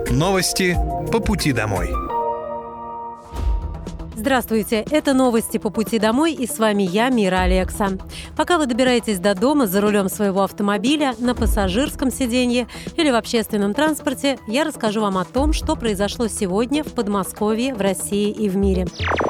Новости по пути домой. Здравствуйте, это новости по пути домой, и с вами я, Мира Алекса. Пока вы добираетесь до дома за рулем своего автомобиля, на пассажирском сиденье или в общественном транспорте, я расскажу вам о том, что произошло сегодня в Подмосковье, в России и в мире.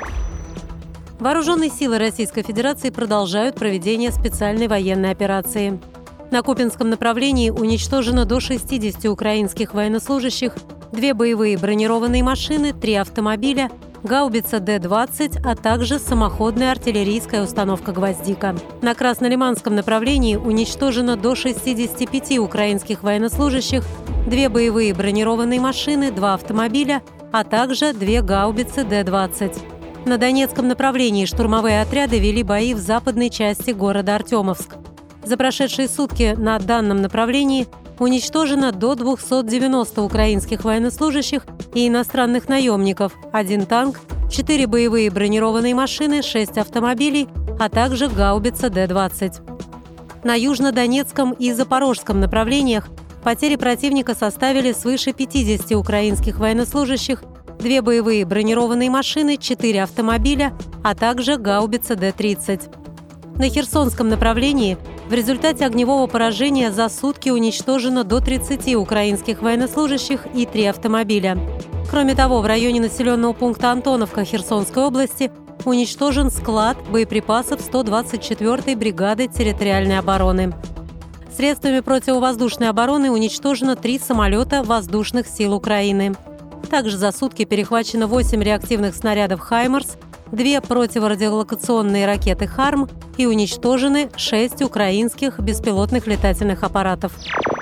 Вооруженные силы Российской Федерации продолжают проведение специальной военной операции. На Купянском направлении уничтожено до 60 украинских военнослужащих, 2 боевые бронированные машины, 3 автомобиля, гаубица Д-20, а также самоходная артиллерийская установка «Гвоздика». На Краснолиманском направлении уничтожено до 65 украинских военнослужащих, 2 боевые бронированные машины, 2 автомобиля, а также 2 гаубицы Д-20. На Донецком направлении штурмовые отряды вели бои в западной части города Артемовск. За прошедшие сутки на данном направлении уничтожено до 290 украинских военнослужащих и иностранных наемников, 1 танк, 4 боевые бронированные машины, 6 автомобилей, а также гаубица Д-20. На Южнодонецком и Запорожском направлениях потери противника составили свыше 50 украинских военнослужащих, 2 боевые бронированные машины, 4 автомобиля, а также гаубица Д-30. На Херсонском направлении в результате огневого поражения за сутки уничтожено до 30 украинских военнослужащих и 3 автомобиля. Кроме того, в районе населенного пункта Антоновка Херсонской области уничтожен склад боеприпасов 124-й бригады территориальной обороны. Средствами противовоздушной обороны уничтожено 3 самолета воздушных сил Украины. Также за сутки перехвачено 8 реактивных снарядов «Хаймарс», 2 противорадиолокационные ракеты «Харм» и уничтожены 6 украинских беспилотных летательных аппаратов.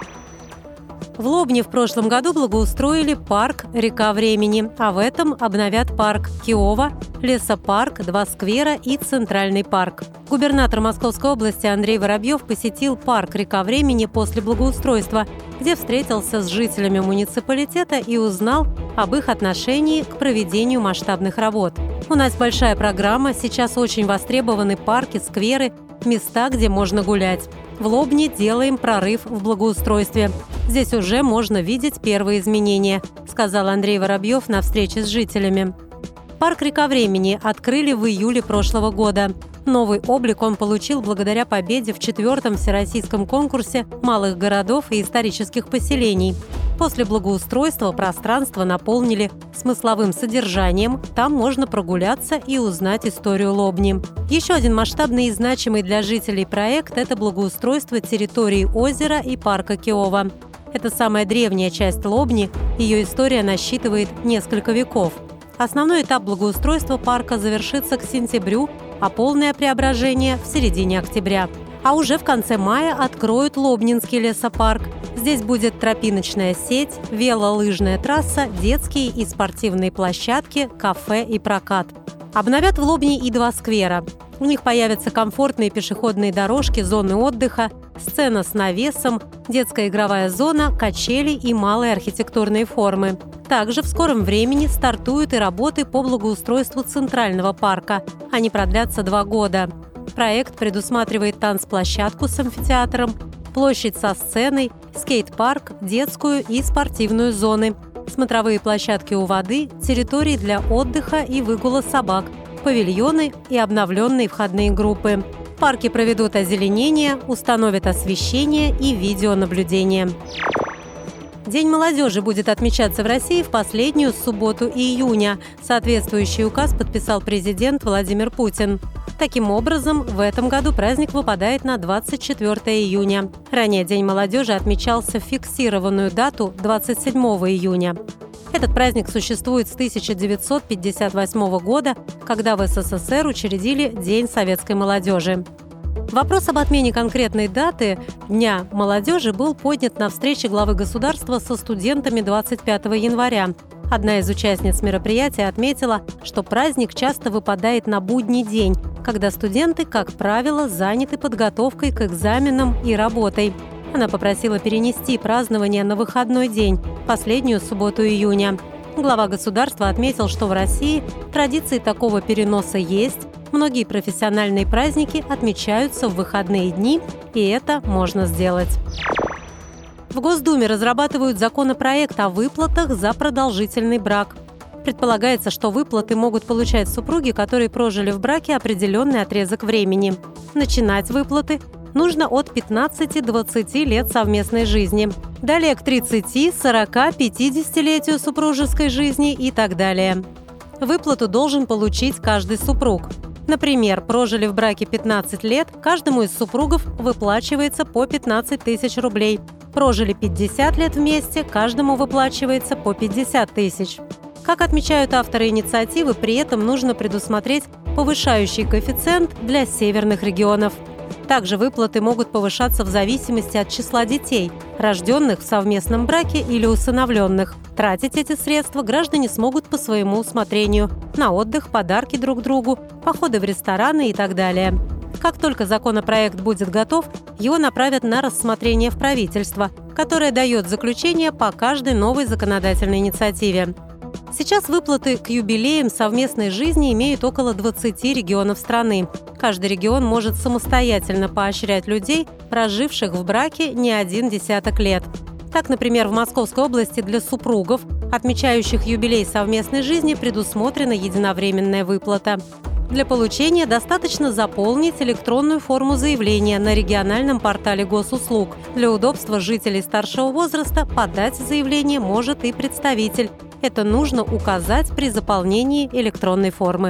В Лобне в прошлом году благоустроили парк «Река времени», а в этом обновят парк Киова, лесопарк, 2 сквера и центральный парк. Губернатор Московской области Андрей Воробьев посетил парк «Река времени» после благоустройства, где встретился с жителями муниципалитета и узнал об их отношении к проведению масштабных работ. У нас большая программа, сейчас очень востребованы парки, скверы, места, где можно гулять. В Лобне делаем прорыв в благоустройстве. Здесь уже можно видеть первые изменения, сказал Андрей Воробьев на встрече с жителями. Парк «Река времени» открыли в июле прошлого года. Новый облик он получил благодаря победе в 4-м всероссийском конкурсе малых городов и исторических поселений. После благоустройства пространство наполнили смысловым содержанием, там можно прогуляться и узнать историю Лобни. Еще один масштабный и значимый для жителей проект – это благоустройство территории озера и парка Киова. Это самая древняя часть Лобни, ее история насчитывает несколько веков. Основной этап благоустройства парка завершится к сентябрю, а полное преображение – в середине октября. А уже в конце мая откроют Лобнинский лесопарк. Здесь будет тропиночная сеть, велолыжная трасса, детские и спортивные площадки, кафе и прокат. Обновят в Лобне и 2 сквера. У них появятся комфортные пешеходные дорожки, зоны отдыха, сцена с навесом, детская игровая зона, качели и малые архитектурные формы. Также в скором времени стартуют и работы по благоустройству Центрального парка. Они продлятся 2 года. Проект предусматривает танцплощадку с амфитеатром, площадь со сценой, скейт-парк, детскую и спортивную зоны, смотровые площадки у воды, территории для отдыха и выгула собак, павильоны и обновленные входные группы. В парке проведут озеленение, установят освещение и видеонаблюдение. День молодежи будет отмечаться в России в последнюю субботу июня. Соответствующий указ подписал президент Владимир Путин. Таким образом, в этом году праздник выпадает на 24 июня. Ранее День молодежи отмечался в фиксированную дату 27 июня. Этот праздник существует с 1958 года, когда в СССР учредили День советской молодежи. Вопрос об отмене конкретной даты Дня молодежи был поднят на встрече главы государства со студентами 25 января. Одна из участниц мероприятия отметила, что праздник часто выпадает на будний день, когда студенты, как правило, заняты подготовкой к экзаменам и работой. Она попросила перенести празднование на выходной день, последнюю субботу июня. Глава государства отметил, что в России традиции такого переноса есть, многие профессиональные праздники отмечаются в выходные дни, и это можно сделать. В Госдуме разрабатывают законопроект о выплатах за продолжительный брак. Предполагается, что выплаты могут получать супруги, которые прожили в браке определенный отрезок времени. Начинать выплаты нужно от 15-20 лет совместной жизни. Далее к 30, 40, 50-летию супружеской жизни и так далее. Выплату должен получить каждый супруг. Например, прожили в браке 15 лет, каждому из супругов выплачивается по 15 тысяч рублей. Прожили 50 лет вместе, каждому выплачивается по 50 тысяч. Как отмечают авторы инициативы, при этом нужно предусмотреть повышающий коэффициент для северных регионов. Также выплаты могут повышаться в зависимости от числа детей, рожденных в совместном браке или усыновленных. Тратить эти средства граждане смогут по своему усмотрению – на отдых, подарки друг другу, походы в рестораны и так далее. Как только законопроект будет готов, его направят на рассмотрение в правительство, которое дает заключение по каждой новой законодательной инициативе. Сейчас выплаты к юбилеям совместной жизни имеют около 20 регионов страны. Каждый регион может самостоятельно поощрять людей, проживших в браке не один десяток лет. Так, например, в Московской области для супругов, отмечающих юбилей совместной жизни, предусмотрена единовременная выплата. Для получения достаточно заполнить электронную форму заявления на региональном портале госуслуг. Для удобства жителей старшего возраста подать заявление может и представитель. Это нужно указать при заполнении электронной формы.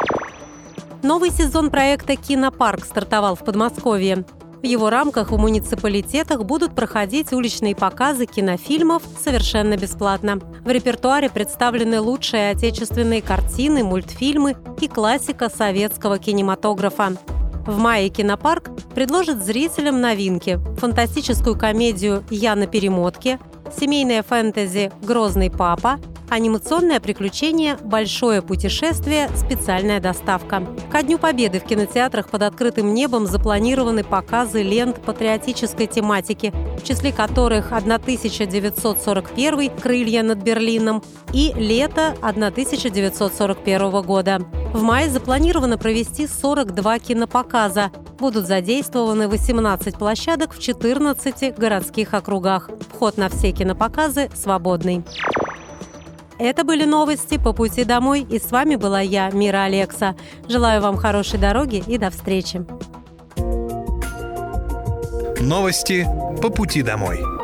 Новый сезон проекта «Кинопарк» стартовал в Подмосковье. В его рамках в муниципалитетах будут проходить уличные показы кинофильмов совершенно бесплатно. В репертуаре представлены лучшие отечественные картины, мультфильмы и классика советского кинематографа. В мае «Кинопарк» предложит зрителям новинки – фантастическую комедию «Я на перемотке», семейное фэнтези «Грозный папа», анимационное приключение «Большое путешествие. Специальная доставка». Ко Дню Победы в кинотеатрах под открытым небом запланированы показы лент патриотической тематики, в числе которых 1941 «Крылья над Берлином» и «Лето 1941 года». В мае запланировано провести 42 кинопоказа. Будут задействованы 18 площадок в 14 городских округах. Вход на все кинопоказы свободный. Это были новости по пути домой, и с вами была я, Мира Алекса. Желаю вам хорошей дороги и до встречи. Новости по пути домой.